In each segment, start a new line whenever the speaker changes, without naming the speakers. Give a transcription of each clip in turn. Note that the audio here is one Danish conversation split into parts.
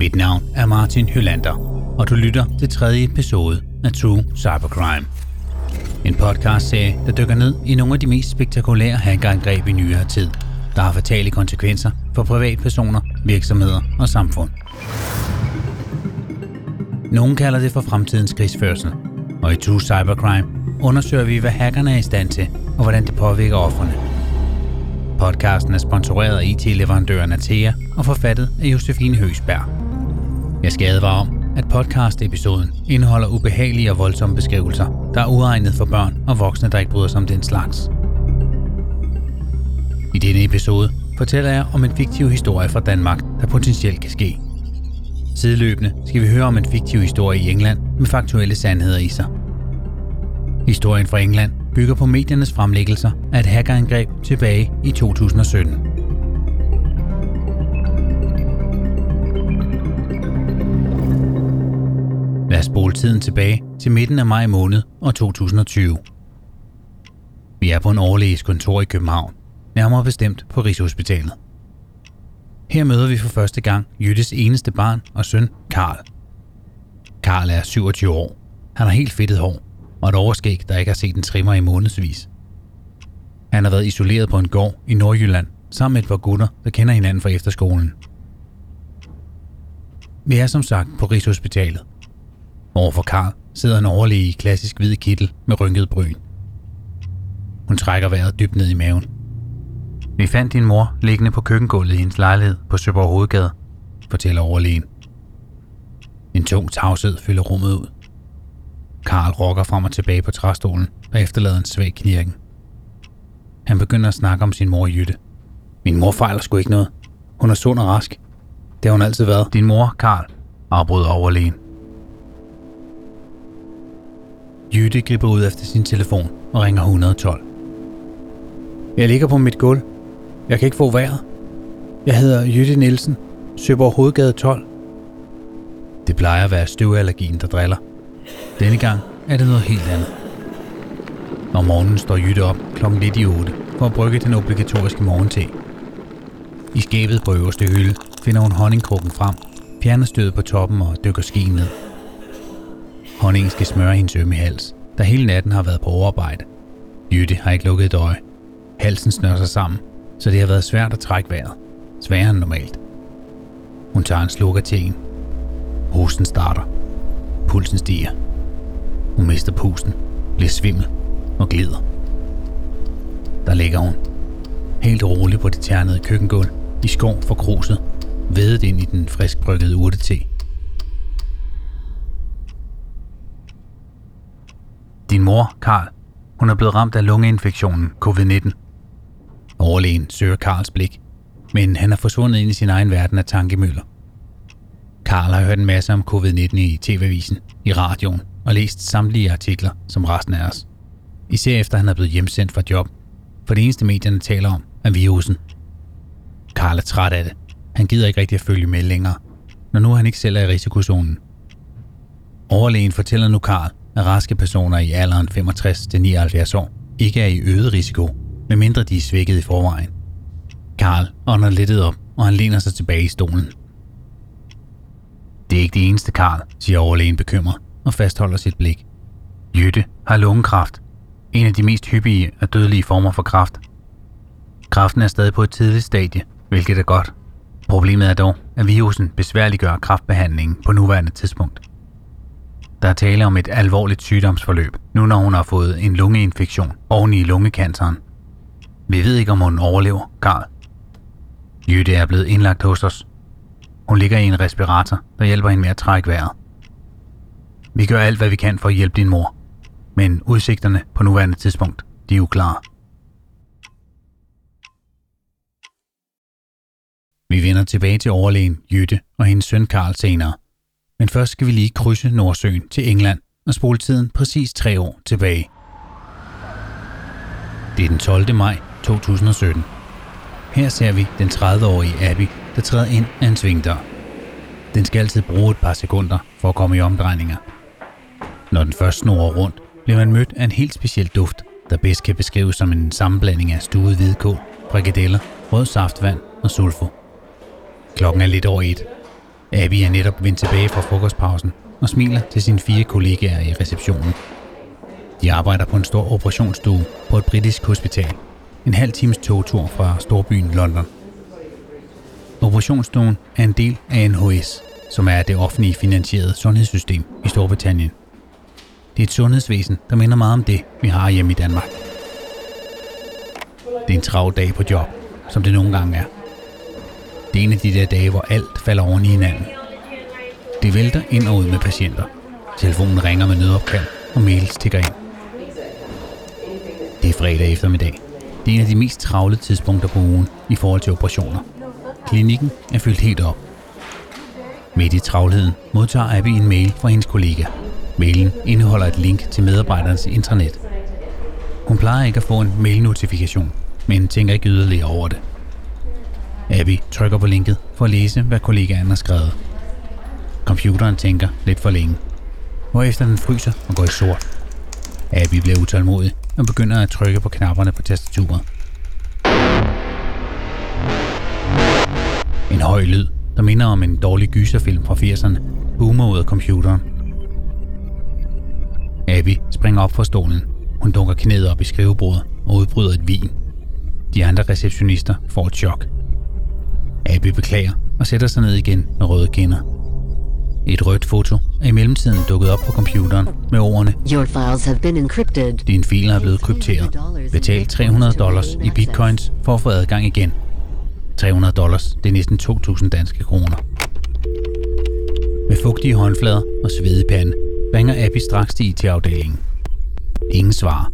Mit navn er Martin Hylander, og du lytter til 3. episode af True Cybercrime. En podcastserie, der dykker ned i nogle af de mest spektakulære hackerangreb i nyere tid, der har fatale konsekvenser for privatpersoner, virksomheder og samfund. Nogle kalder det for fremtidens krigsførsel, og i True Cybercrime undersøger vi, hvad hackerne er i stand til, og hvordan det påvirker ofrene. Podcasten er sponsoreret af IT-leverandøren Atea og forfattet af Josefine Høgsberg. Jeg skal advare om, at podcast-episoden indeholder ubehagelige og voldsomme beskrivelser, der er uegnet for børn og voksne, der ikke bryder sig om den slags. I denne episode fortæller jeg om en fiktiv historie fra Danmark, der potentielt kan ske. Sideløbende skal vi høre om en fiktiv historie i England med faktuelle sandheder i sig. Historien fra England bygger på mediernes fremlæggelser af et hackerangreb tilbage i 2017. Lad os spole tiden tilbage til midten af maj måned år 2020. Vi er på en overlæges kontor i København, nærmere bestemt på Rigshospitalet. Her møder vi for første gang Jyttes eneste barn og søn, Karl. Karl er 27 år. Han har helt fedtet hår og et overskæg, der ikke har set en trimmer i månedsvis. Han har været isoleret på en gård i Nordjylland sammen med et par gutter, der kender hinanden fra efterskolen. Vi er som sagt på Rigshospitalet. Overfor Karl sidder en overlæge i klassisk hvid kittel med rynket bryn. Hun trækker vejret dybt ned i maven. Vi fandt din mor liggende på køkkengulvet i hendes lejlighed på Søborg Hovedgade, fortæller overlægen. En tung tavshed fylder rummet ud. Karl rokker frem og tilbage på træstolen og efterlader en svag knirken. Han begynder at snakke om sin mor Jytte. Min mor fejler sgu ikke noget. Hun er sund og rask. Det har hun altid været. Din mor, Karl, afbryder overlægen. Jytte griber ud efter sin telefon og ringer 112. Jeg ligger på mit gulv. Jeg kan ikke få vejret. Jeg hedder Jytte Nielsen, Søborg Hovedgade 12. Det plejer at være støvallergien, der driller. Denne gang er det noget helt andet. Om morgenen står Jytte op klokken lidt i 8 for at brygge den obligatoriske morgente. I skabet på øverste hylde finder hun honningkrukken frem, fjerner stødet på toppen og dykker skeen ned. Honningen skal smøre hendes ømme hals, der hele natten har været på overarbejde. Jytte har ikke lukket et øje. Halsen snører sig sammen, så det har været svært at trække vejret. Sværere end normalt. Hun tager en sluk af teen. Hosten starter. Pulsen stiger. Hun mister pusten, bliver svimmel og glider. Der ligger hun, helt rolig på det ternede køkkengulv, i skov for kruset, vædet ind i den frisk bryggede urtete. Din mor, Karl, hun er blevet ramt af lungeinfektionen COVID-19. Overlægen søger Karls blik, men han er forsvundet ind i sin egen verden af tankemøller. Karl har hørt en masse om covid-19 i TV-avisen, i radioen og læst samtlige artikler som resten af os. Især efter han er blevet hjemsendt fra job, for det eneste medierne taler om er virusen. Karl er træt af det. Han gider ikke rigtig at følge med længere, når nu han ikke selv er i risikozonen. Overlægen fortæller nu Karl, at raske personer i alderen 65-79 år ikke er i øget risiko, medmindre de er svækket i forvejen. Karl ånder lettet op, og han læner sig tilbage i stolen. Det er ikke det eneste, Karl, siger overlægen bekymret og fastholder sit blik. Jytte har lungekræft, en af de mest hyppige og dødelige former for kræft. Kræften er stadig på et tidligt stadie, hvilket er godt. Problemet er dog, at virusen besværliggør kræftbehandlingen på nuværende tidspunkt. Der er tale om et alvorligt sygdomsforløb, nu når hun har fået en lungeinfektion oven i lungecanceren. Vi ved ikke, om hun overlever, Karl. Jytte er blevet indlagt hos os. Hun ligger i en respirator, der hjælper hende med at trække vejret. Vi gør alt, hvad vi kan for at hjælpe din mor, men udsigterne på nuværende tidspunkt, de er uklare. Vi vender tilbage til overlægen Jytte og hendes søn Karl senere. Men først skal vi lige krydse Nordsøen til England og spole tiden præcis 3 år tilbage. Det er den 12. maj 2017. Her ser vi den 30-årige Abby, der træder ind af en svingdør. Den skal altid bruge et par sekunder for at komme i omdrejninger. Når den først snurrer rundt, bliver man mødt af en helt speciel duft, der bedst kan beskrives som en sammenblanding af stuvet hvidkål, frikadeller, rød saftvand og sulfo. Klokken er lidt over 1. Abby er netop vendt tilbage fra frokostpausen og smiler til sine 4 kollegaer i receptionen. De arbejder på en stor operationsstue på et britisk hospital, en halv times togtur fra storbyen London. Operationsstuen er en del af NHS, som er det offentlige finansierede sundhedssystem i Storbritannien. Det er et sundhedsvæsen, der minder meget om det, vi har hjemme i Danmark. Det er en travl dag på job, som det nogle gange er. Det er en af de der dage, hvor alt falder oven i hinanden. Det vælter ind og ud med patienter. Telefonen ringer med nødopkald, og mails tikker ind. Det er fredag eftermiddag. Det er en af de mest travle tidspunkter på ugen i forhold til operationer. Klinikken er fyldt helt op. Midt i travlheden modtager Abby en mail fra hendes kollega. Mailen indeholder et link til medarbejderens intranet. Hun plejer ikke at få en mail-notifikation, men tænker ikke yderligere over det. Abby trykker på linket for at læse, hvad kollegaen har skrevet. Computeren tænker lidt for længe, hvorefter den fryser og går i sort. Abby bliver utålmodig og begynder at trykke på knapperne på tastaturet. En høj lyd, der minder om en dårlig gyserfilm fra 80'erne, boomer ud af computeren. Abby springer op fra stolen. Hun dunker knæet op i skrivebordet og udbryder et vin. De andre receptionister får et chok. Abby beklager og sætter sig ned igen med røde kinder. Et rødt foto er i mellemtiden dukket op på computeren med ordene:
Your files have been encrypted.
Dine filer er blevet krypteret. Betal $300 i bitcoins for at få adgang igen. $300, det er næsten 2.000 danske kroner. Med fugtige håndflader og svedig pande ringer Abby straks til IT-afdelingen. Ingen svarer.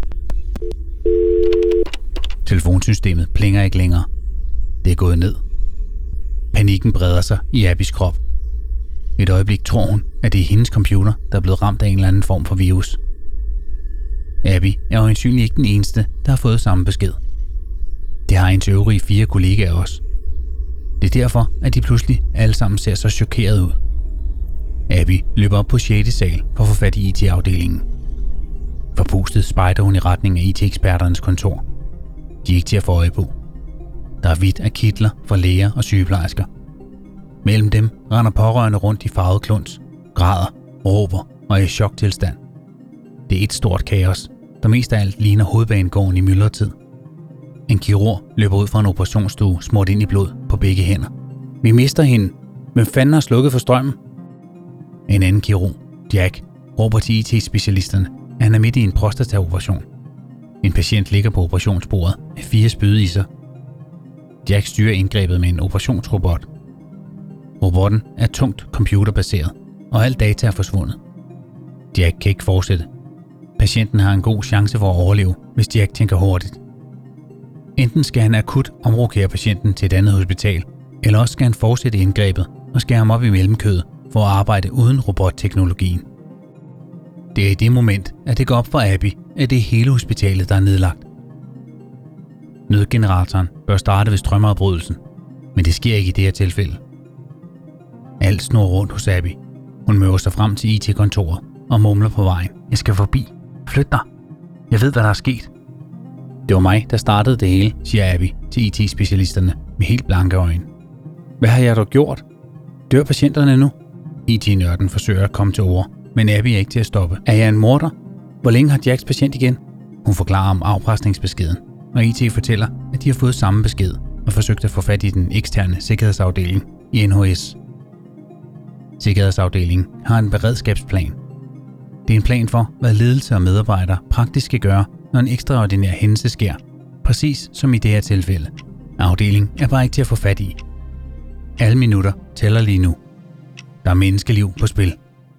Telefonsystemet plinger ikke længere. Det er gået ned. Panikken breder sig i Abbys krop. Et øjeblik tror hun, at det er hendes computer, der er blevet ramt af en eller anden form for virus. Abby er øjensynligt ikke den eneste, der har fået samme besked. Det har hendes øvrige 4 kollegaer også. Det er derfor, at de pludselig alle sammen ser så chokeret ud. Abby løber op på 6. sal for at få fat i IT-afdelingen. Forpustet spejder hun i retning af IT-eksperternes kontor. De er ikke til at få øje på. Der er hvidt af kitler for læger og sygeplejersker. Mellem dem render pårørende rundt i farvet kluns, græder, råber og er i choktilstand. Det er et stort kaos, der mest af alt ligner hovedbanegården i myldretid. En kirurg løber ud fra en operationsstue smurt ind i blod på begge hænder. Vi mister hende. Hvem fanden har slukket for strømmen? En anden kirurg, Jack, råber til IT-specialisterne, at han er midt i en prostataoperation. En patient ligger på operationsbordet med 4 spyde i sig. Jack styrer indgrebet med en operationsrobot. Robotten er tungt computerbaseret, og al data er forsvundet. Jack kan ikke fortsætte. Patienten har en god chance for at overleve, hvis Jack tænker hurtigt. Enten skal han akut omrokere patienten til et andet hospital, eller også skal han fortsætte indgrebet og skære ham op i mellemkødet for at arbejde uden robotteknologien. Det er i det moment, at det går op for Abby, at det er hele hospitalet, der er nedlagt. Nødgeneratoren bør starte ved strømafbrydelsen, men det sker ikke i det her tilfælde. Alt snor rundt hos Abby. Hun møver sig frem til IT-kontoret og mumler på vejen: Jeg skal forbi. Flyt dig. Jeg ved, hvad der er sket. Det var mig, der startede det hele, siger Abby til IT-specialisterne med helt blanke øjne. Hvad har jeg dog gjort? Dør patienterne nu? IT-nørden forsøger at komme til ord, men Abby er ikke til at stoppe. Er jeg en morder? Hvor længe har Jacks patient igen? Hun forklarer om afpresningsbeskeden, og IT fortæller, at de har fået samme besked og forsøgt at få fat i den eksterne sikkerhedsafdeling i NHS. Sikkerhedsafdelingen har en beredskabsplan. Det er en plan for, hvad ledelse og medarbejdere praktisk skal gøre, når en ekstraordinær hændelse sker, præcis som i det her tilfælde. Afdelingen er bare ikke til at få fat i. Alle minutter tæller lige nu. Der er menneskeliv på spil.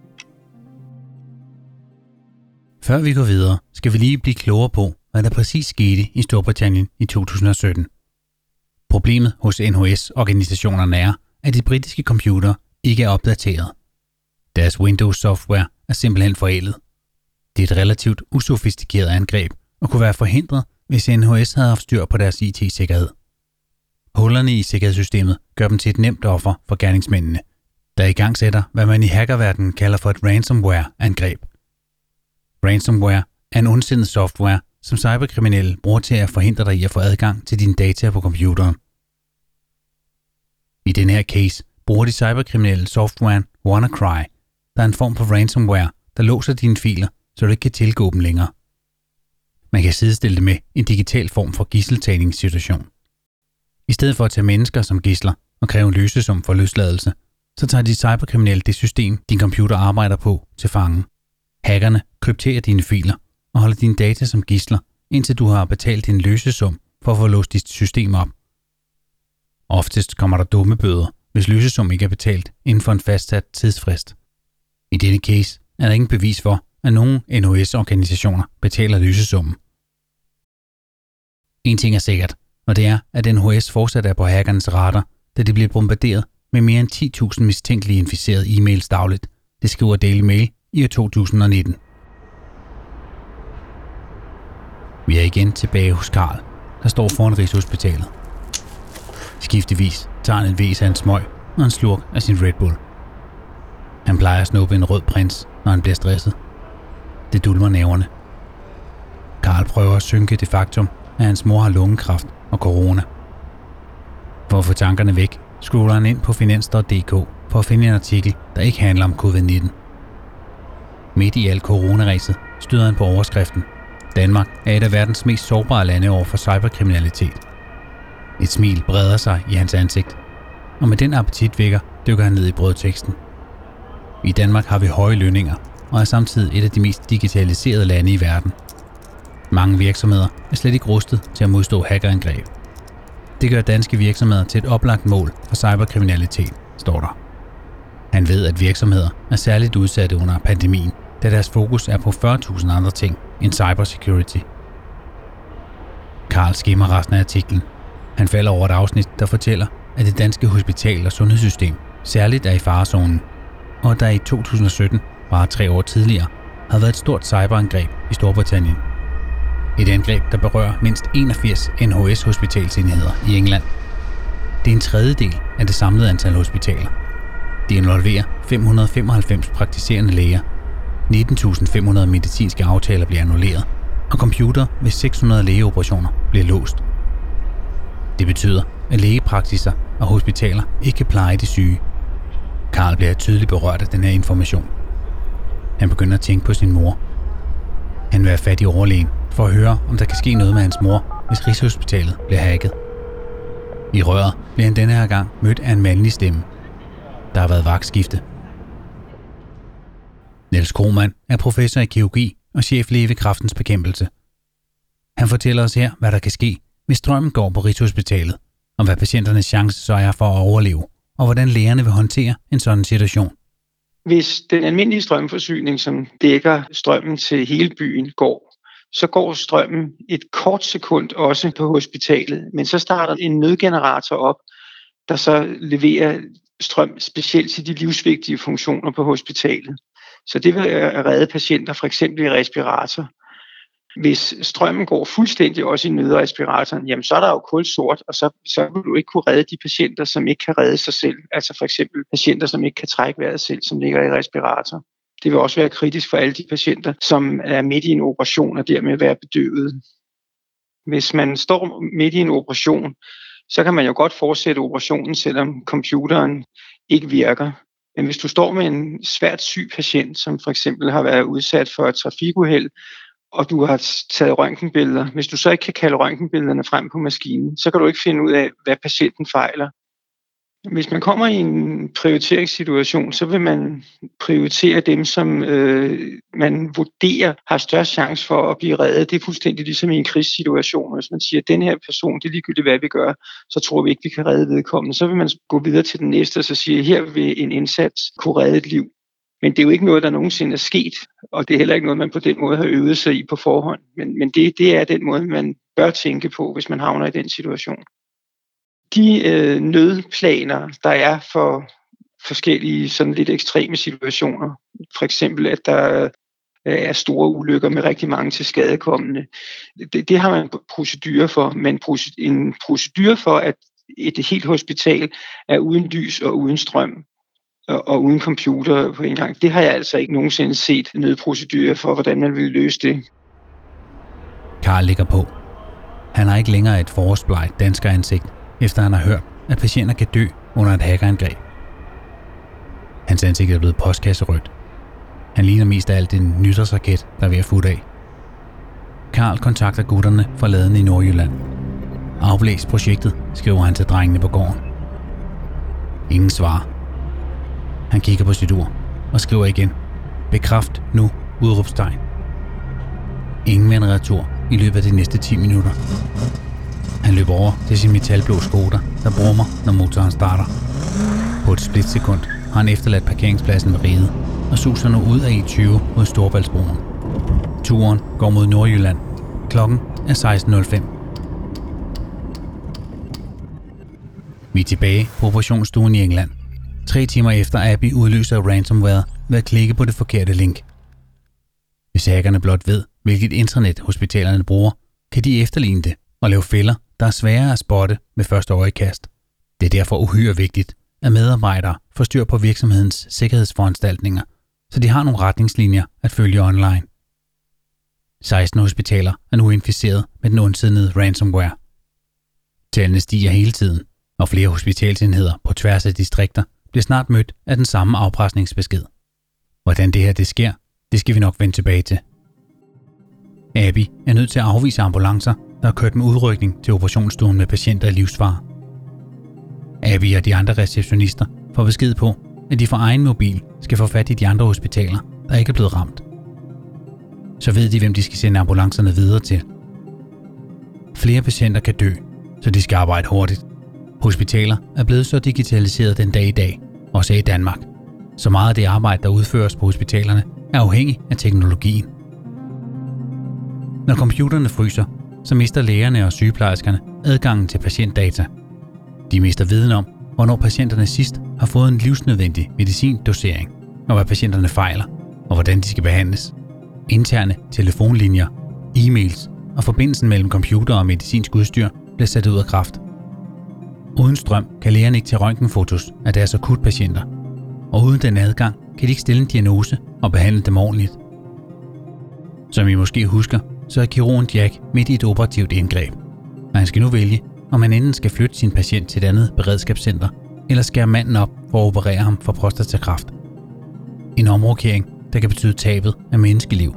Før vi går videre, skal vi lige blive klogere på, hvad der præcis skete i Storbritannien i 2017. Problemet hos NHS-organisationerne er, at de britiske computere ikke er opdateret. Deres Windows-software er simpelthen forældet. Det er et relativt usofistikeret angreb og kunne være forhindret, hvis NHS havde haft styr på deres IT-sikkerhed. Hullerne i sikkerhedssystemet gør dem til et nemt offer for gerningsmændene, der igangsætter, hvad man i hackerverdenen kalder for et ransomware-angreb. Ransomware er en ondsindet software, som cyberkriminelle bruger til at forhindre dig i at få adgang til dine data på computeren. I denne her case bruger de cyberkriminelle softwaren WannaCry, der er en form for ransomware, der låser dine filer, så du ikke kan tilgå dem længere. Man kan sidestille det med en digital form for gidseltagningssituation. I stedet for at tage mennesker som gidsler og kræve en løsesum for løsladelse, så tager de cyberkriminelle det system, din computer arbejder på, til fange. Hackerne krypterer dine filer og holder dine data som gidsler, indtil du har betalt din løsesum for at få låst dit system op. Oftest kommer der dumme bøder, hvis løsesum ikke er betalt inden for en fastsat tidsfrist. I denne case er der ingen bevis for, at nogle NHS-organisationer betaler løsesummen. En ting er sikkert, og det er, at NHS fortsat er på hackernes radar, da de bliver bombarderet med mere end 10.000 mistænkelige inficerede e-mails dagligt. Det skriver Daily Mail i år 2019. Vi er igen tilbage hos Karl, der står foran Rigshospitalet. Skiftevis tager han en vis af en smøg og en slurk af sin Red Bull. Han plejer at snuppe en rød prins, når han bliver stresset. Det dulmer nerverne. Karl prøver at synke det faktum, at hans mor har lungekræft og corona. For at få tankerne væk, scroller han ind på finans.dk for at finde en artikel, der ikke handler om covid-19. Midt i alt coronaræset støder han på overskriften: Danmark er et af verdens mest sårbare lande over for cyberkriminalitet. Et smil breder sig i hans ansigt, og med den appetit vækker dykker han ned i brødteksten. I Danmark har vi høje lønninger og er samtidig et af de mest digitaliserede lande i verden. Mange virksomheder er slet ikke rustet til at modstå hackerangreb. Det gør danske virksomheder til et oplagt mål for cyberkriminalitet, står der. Han ved, at virksomheder er særligt udsatte under pandemien, da deres fokus er på 40.000 andre ting end cybersecurity. Karl skimmer resten af artiklen. Han falder over et afsnit, der fortæller, at det danske hospital- og sundhedssystem særligt er i farezonen, og at der i 2017, bare 3 år tidligere, havde været et stort cyberangreb i Storbritannien. Et angreb, der berører mindst 81 NHS-hospitalsenheder i England. Det er en tredjedel af det samlede antal hospitaler. Det involverer 595 praktiserende læger. 19.500 medicinske aftaler bliver annulleret, og computer ved 600 lægeoperationer bliver låst. Det betyder, at lægepraksiser og hospitaler ikke kan pleje de syge. Karl bliver tydeligt berørt af den her information. Han begynder at tænke på sin mor. Han vil have fat i overlægen for at høre, om der kan ske noget med hans mor, hvis Rigshospitalet bliver hacket. I røret bliver han denne her gang mødt af en mandlig stemme. Der har været vagtskifte. Niels Krohmann er professor i kirurgi og cheflæge ved Kræftens Bekæmpelse. Han fortæller os her, hvad der kan ske, hvis strømmen går på Rigshospitalet, og hvad patienternes chance så er for at overleve, og hvordan lægerne vil håndtere en sådan situation.
Hvis den almindelige strømforsyning, som dækker strømmen til hele byen, går, så går strømmen et kort sekund også på hospitalet, men så starter en nødgenerator op, der så leverer strøm specielt til de livsvigtige funktioner på hospitalet. Så det vil redde patienter, for eksempel i respirator. Hvis strømmen går fuldstændig også i nødrespiratoren, jamen så er der jo kulsort, og så vil du ikke kunne redde de patienter, som ikke kan redde sig selv. Altså for eksempel patienter, som ikke kan trække vejret selv, som ligger i respirator. Det vil også være kritisk for alle de patienter, som er midt i en operation og dermed være bedøvet. Hvis man står midt i en operation, så kan man jo godt fortsætte operationen, selvom computeren ikke virker. Men hvis du står med en svært syg patient, som for eksempel har været udsat for et trafikuheld, og du har taget røntgenbilleder, hvis du så ikke kan kalde røntgenbillederne frem på maskinen, så kan du ikke finde ud af, hvad patienten fejler. Hvis man kommer i en prioriteringssituation, så vil man prioritere dem, som man vurderer har størst chance for at blive reddet. Det er fuldstændig ligesom i en krigssituation. Hvis man siger, at den her person, det er ligegyldigt, hvad vi gør, så tror vi ikke, vi kan redde vedkommende. Så vil man gå videre til den næste og så sige, her vil en indsats kunne redde et liv. Men det er jo ikke noget, der nogensinde er sket, og det er heller ikke noget, man på den måde har øvet sig i på forhånd. Men det er den måde, man bør tænke på, hvis man havner i den situation. De nødplaner, der er for forskellige sådan lidt ekstreme situationer, for eksempel at der er store ulykker med rigtig mange tilskadekommende, det har man procedurer for, men en procedure for, at et helt hospital er uden lys og uden strøm, og uden computer på en gang. Det har jeg altså ikke nogensinde set nødprocedurer for, hvordan man vil løse det.
Karl ligger på. Han har ikke længere et forårsbleget dansker ansigt, efter han har hørt, at patienter kan dø under et hackerangreb. Hans ansigt er blevet postkasserødt. Han ligner mest af alt en nytårsraket, der er ved at futte af. Karl kontakter gutterne fra laden i Nordjylland. Afblæs projektet, skriver han til drengene på gården. Ingen svar. Han kigger på sit ur og skriver igen. Bekræft nu, udråbstegn. Ingen vender retur i løbet af de næste 10 minutter. Han løber over til sin metalblå Skoda, der brummer, når motoren starter. På et splitsekund har han efterladt parkeringspladsen ved Riget og suser nu ud af E20 mod Storebæltsbroen. Turen går mod Nordjylland. Klokken er 16:05. Vi er tilbage på operationsstuen i England. 3 timer efter Abby udløser ransomware ved at klikke på det forkerte link. Hvis hackerne blot ved, hvilket internet hospitalerne bruger, kan de efterligne det og lave fælder, der er sværere at spotte med første øjekast. Det er derfor uhyre vigtigt, at medarbejdere får styr på virksomhedens sikkerhedsforanstaltninger, så de har nogle retningslinjer at følge online. 16 hospitaler er nu inficeret med den ondsindede ransomware. Tallene stiger hele tiden, og flere hospitalsenheder på tværs af distrikter bliver snart mødt af den samme afpresningsbesked. Hvordan det her sker, det skal vi nok vende tilbage til. Abby er nødt til at afvise ambulancer, der har kørt med udrykning til operationsstuen med patienter i livsfare. Abby og de andre receptionister får besked på, at de fra egen mobil skal få fat i de andre hospitaler, der ikke er blevet ramt. Så ved de, hvem de skal sende ambulancerne videre til. Flere patienter kan dø, så de skal arbejde hurtigt. Hospitaler er blevet så digitaliseret den dag i dag, også i Danmark. Så meget af det arbejde, der udføres på hospitalerne, er afhængig af teknologien. Når computerne fryser, så mister lægerne og sygeplejerskerne adgangen til patientdata. De mister viden om, hvornår patienterne sidst har fået en livsnødvendig medicindosering, og hvad patienterne fejler, og hvordan de skal behandles. Interne telefonlinjer, e-mails og forbindelsen mellem computer og medicinsk udstyr bliver sat ud af kraft. Uden strøm kan lægerne ikke tage røntgenfotos af deres akutpatienter, og uden den adgang kan de ikke stille en diagnose og behandle dem ordentligt. Som I måske husker, så er kirurgen Jack midt i et operativt indgreb, og han skal nu vælge, om han enten skal flytte sin patient til et andet beredskabscenter, eller skære manden op for at operere ham for prostatakræft. En omrokering, der kan betyde tabet af menneskeliv.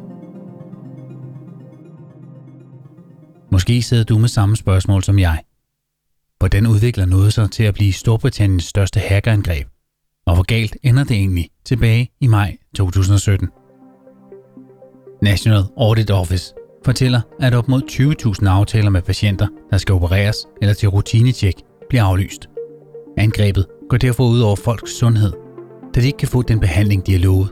Måske sidder du med samme spørgsmål som jeg. Hvordan udvikler noget sig til at blive Storbritanniens største hackerangreb? Og hvor galt ender det egentlig tilbage i maj 2017? National Audit Office fortæller, at op mod 20.000 aftaler med patienter, der skal opereres eller til rutinetjek, bliver aflyst. Angrebet går derfor ud over folks sundhed, da de ikke kan få den behandling, de har lovet.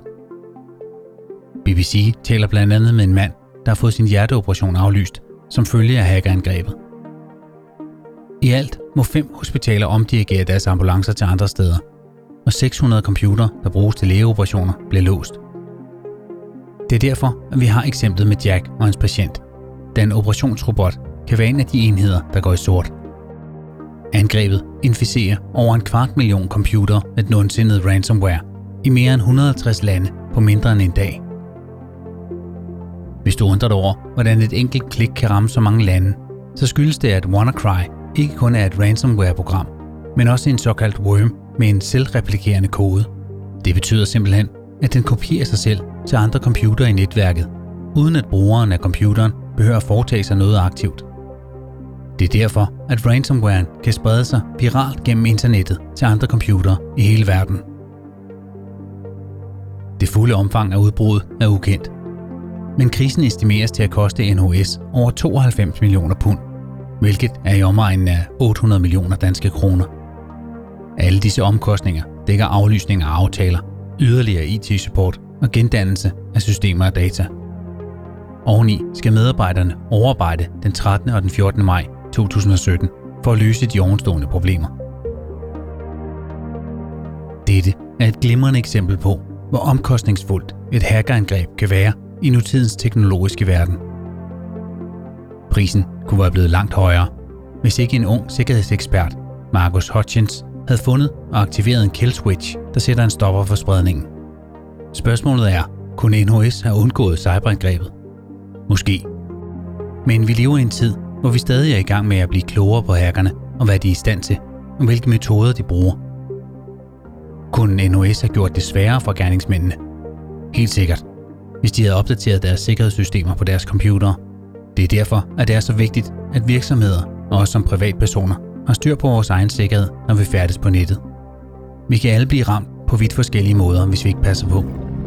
BBC taler blandt andet med en mand, der har fået sin hjerteoperation aflyst, som følge af hackerangrebet. I alt må 5 hospitaler omdirigere deres ambulancer til andre steder, og 600 computere, der bruges til lægeoperationer, bliver låst. Det er derfor, at vi har eksemplet med Jack og hans patient, da en operationsrobot kan være en af de enheder, der går i sort. Angrebet inficerer over 250.000 computere med den ondsindede ransomware i mere end 150 lande på mindre end en dag. Hvis du undrer dig over, hvordan et enkelt klik kan ramme så mange lande, så skyldes det, at WannaCry ikke kun er et ransomware-program, men også en såkaldt worm med en selvreplikerende kode. Det betyder simpelthen, at den kopierer sig selv til andre computere i netværket, uden at brugeren af computeren behøver at foretage sig noget aktivt. Det er derfor, at ransomwaren kan sprede sig viralt gennem internettet til andre computere i hele verden. Det fulde omfang af udbruddet er ukendt, men krisen estimeres til at koste NHS over 92 millioner pund, hvilket er i omegnen af 800 millioner danske kroner. Alle disse omkostninger dækker aflysning af aftaler, yderligere IT-support og gendannelse af systemer og data. Oveni skal medarbejderne overarbejde den 13. og den 14. maj 2017 for at løse de ovenstående problemer. Dette er et glimrende eksempel på, hvor omkostningsfuldt et hackerangreb kan være i nutidens teknologiske verden. Prisen kunne være blevet langt højere, hvis ikke en ung sikkerhedsekspert, Marcus Hutchins, havde fundet og aktiveret en kill switch, der sætter en stopper for spredningen. Spørgsmålet er, kunne NHS have undgået cyberangrebet? Måske. Men vi lever i en tid, hvor vi stadig er i gang med at blive klogere på hackerne og hvad de er i stand til, og hvilke metoder de bruger. kunne NOS have gjort det sværere for gerningsmændene. Helt sikkert, hvis de havde opdateret deres sikkerhedssystemer på deres computere. Det er derfor, at det er så vigtigt, at virksomheder og os som privatpersoner har styr på vores egen sikkerhed, når vi færdes på nettet. Vi kan alle blive ramt på vidt forskellige måder, hvis vi ikke passer på.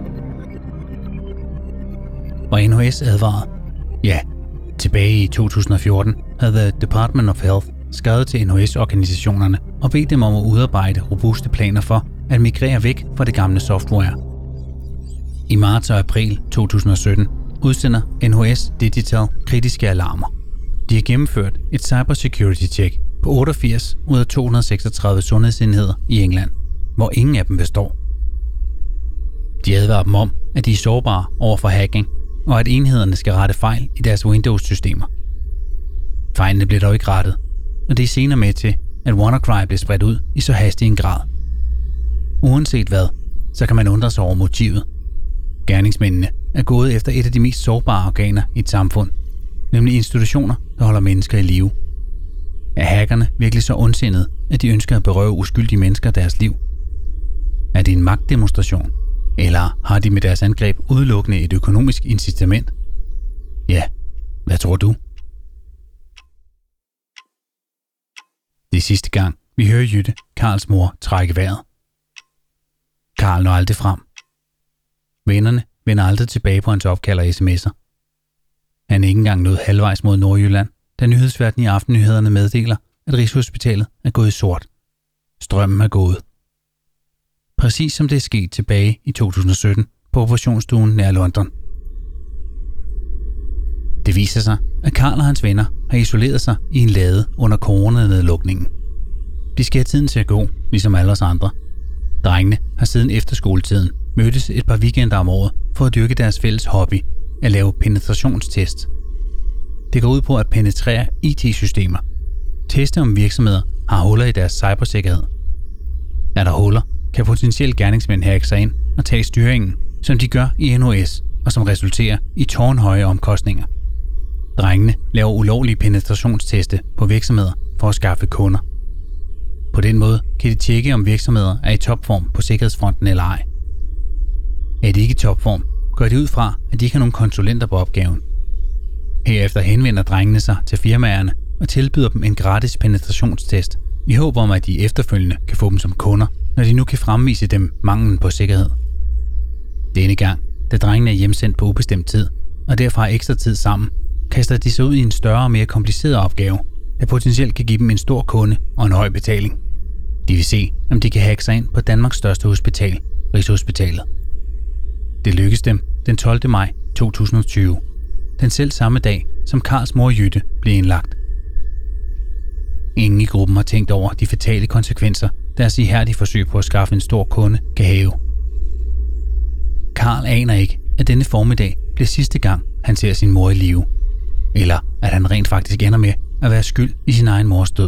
Og NOS advarede. Ja, tilbage i 2014 havde The Department of Health skrevet til NOS-organisationerne og bedt dem om at udarbejde robuste planer for at migrere væk fra det gamle software. I marts og april 2017 udsender NOS Digital kritiske alarmer. De har gennemført et cybersecurity check på 88 ud af 236 sundhedsenheder i England, hvor ingen af dem består. De advarer dem om, at de er sårbare over for hacking, og at enhederne skal rette fejl i deres Windows-systemer. Fejlene blev dog ikke rettet, og det er senere med til, at WannaCry blev spredt ud i så hastig en grad. Uanset hvad, så kan man undre sig over motivet. Gerningsmændene er gået efter et af de mest sårbare organer i et samfund, nemlig institutioner, der holder mennesker i live. Er hackerne virkelig så ondsindede, at de ønsker at berøve uskyldige mennesker deres liv? Er det en magtdemonstration? Eller har de med deres angreb udelukkende et økonomisk incitament? Ja, hvad tror du? Det er sidste gang, vi hører Jytte, Karls mor, trække vejret. Karl når aldrig frem. Vennerne vender aldrig tilbage på hans opkald og sms'er. Han er ikke engang nået halvvejs mod Nordjylland, da nyhedsværten i Aftennyhederne meddeler, at Rigshospitalet er gået i sort. Strømmen er gået. Præcis som det er sket tilbage i 2017 på operationsstuen nær London. Det viser sig, at Karl og hans venner har isoleret sig i en lade under coronanedlukningen. De skal have tiden til at gå, ligesom alle os andre. Drengene har siden efterskoletiden mødtes et par weekender om året for at dyrke deres fælles hobby, at lave penetrationstest. Det går ud på at penetrere IT-systemer. Teste om virksomheder har huller i deres cybersikkerhed. Er der huller, kan potentielt gerningsmænd hacke sig ind og tage styringen, som de gør i NOS, og som resulterer i tårnhøje omkostninger. Drengene laver ulovlige penetrationsteste på virksomheder for at skaffe kunder. På den måde kan de tjekke, om virksomheder er i topform på sikkerhedsfronten eller ej. Er de ikke i topform, går de ud fra, at de ikke har nogen konsulenter på opgaven. Herefter henvender drengene sig til firmaerne og tilbyder dem en gratis penetrationstest i håb om, at de efterfølgende kan få dem som kunder, når de nu kan fremvise dem manglen på sikkerhed. Denne gang, da drengene er hjemsendt på ubestemt tid, og derfor har ekstra tid sammen, kaster de sig ud i en større og mere kompliceret opgave, der potentielt kan give dem en stor kunde og en høj betaling. De vil se, om de kan hacke sig ind på Danmarks største hospital, Rigshospitalet. Det lykkedes dem den 12. maj 2020, den selv samme dag, som Karls mor Jytte blev indlagt. Ingen i gruppen har tænkt over de fatale konsekvenser, deres ihærdige forsøg på at skaffe en stor kunde kan have. Karl aner ikke, at denne formiddag bliver sidste gang, han ser sin mor i live, eller at han rent faktisk ender med at være skyld i sin egen mors død.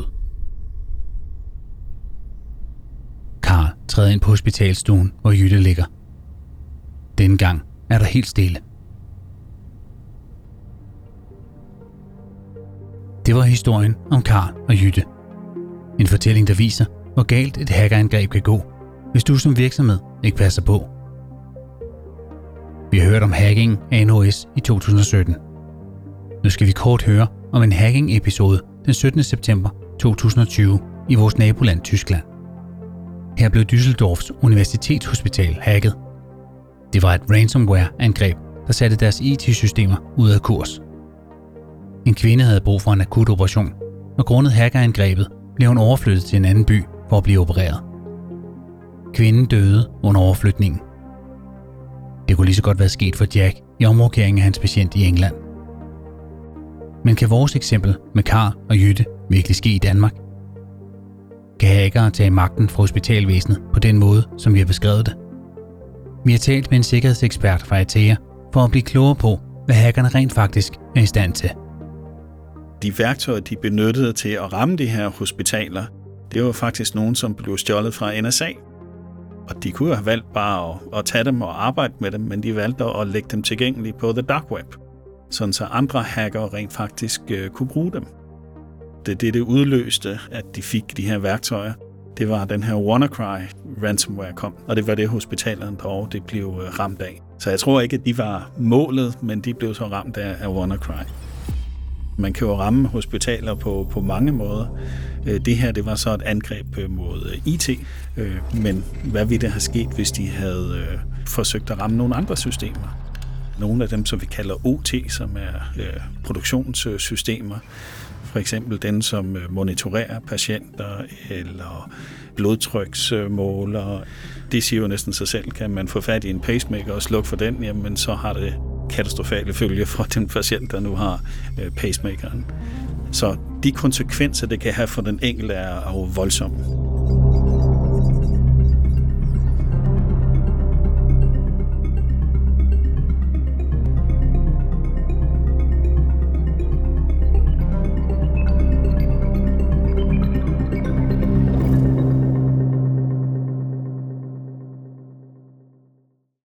Karl træder ind på hospitalstuen, hvor Jytte ligger. Denne gang er der helt stille. Det var historien om Karl og Jytte. En fortælling, der viser, hvor galt et hackerangreb kan gå, hvis du som virksomhed ikke passer på. Vi har hørt om hacking af NOS i 2017. Nu skal vi kort høre om en hacking-episode den 17. september 2020 i vores naboland Tyskland. Her blev Düsseldorfs Universitetshospital hacket. Det var et ransomware-angreb, der satte deres IT-systemer ud af kurs. En kvinde havde brug for en akut operation, og grundet hackerangrebet blev hun overflyttet til en anden by for at blive opereret. Kvinden døde under overflytningen. Det kunne lige så godt være sket for Jack i omrokeringen af hans patient i England. Men kan vores eksempel med Karl og Jytte virkelig ske i Danmark? Kan hackere tage magten fra hospitalvæsenet på den måde, som vi har beskrevet det? Vi har talt med en sikkerhedsekspert fra Atea for at blive klogere på, hvad hackerne rent faktisk er i stand til.
De værktøjer, de benyttede til at ramme de her hospitaler, det var faktisk nogen, som blev stjålet fra NSA. Og de kunne have valgt bare at tage dem og arbejde med dem, men de valgte at lægge dem tilgængelige på the dark web, sådan så andre hackere rent faktisk kunne bruge dem. Det udløste, at de fik de her værktøjer, det var den her WannaCry ransomware kom, og det var det hospitalerne derovre, det blev ramt af. Så jeg tror ikke, at de var målet, men de blev så ramt af WannaCry. Man kan jo ramme hospitaler på mange måder. Det her, det var så et angreb mod IT, men hvad ville det have sket, hvis de havde forsøgt at ramme nogle andre systemer? Nogle af dem, som vi kalder OT, som er produktionssystemer, for eksempel den, som monitorerer patienter eller blodtryksmåler. Det siger jo næsten sig selv, kan man få fat i en pacemaker og slukke for den, jamen så har det katastrofale følge for den patient, der nu har pacemakeren. Så de konsekvenser, det kan have for den enkelte, er jo voldsomme.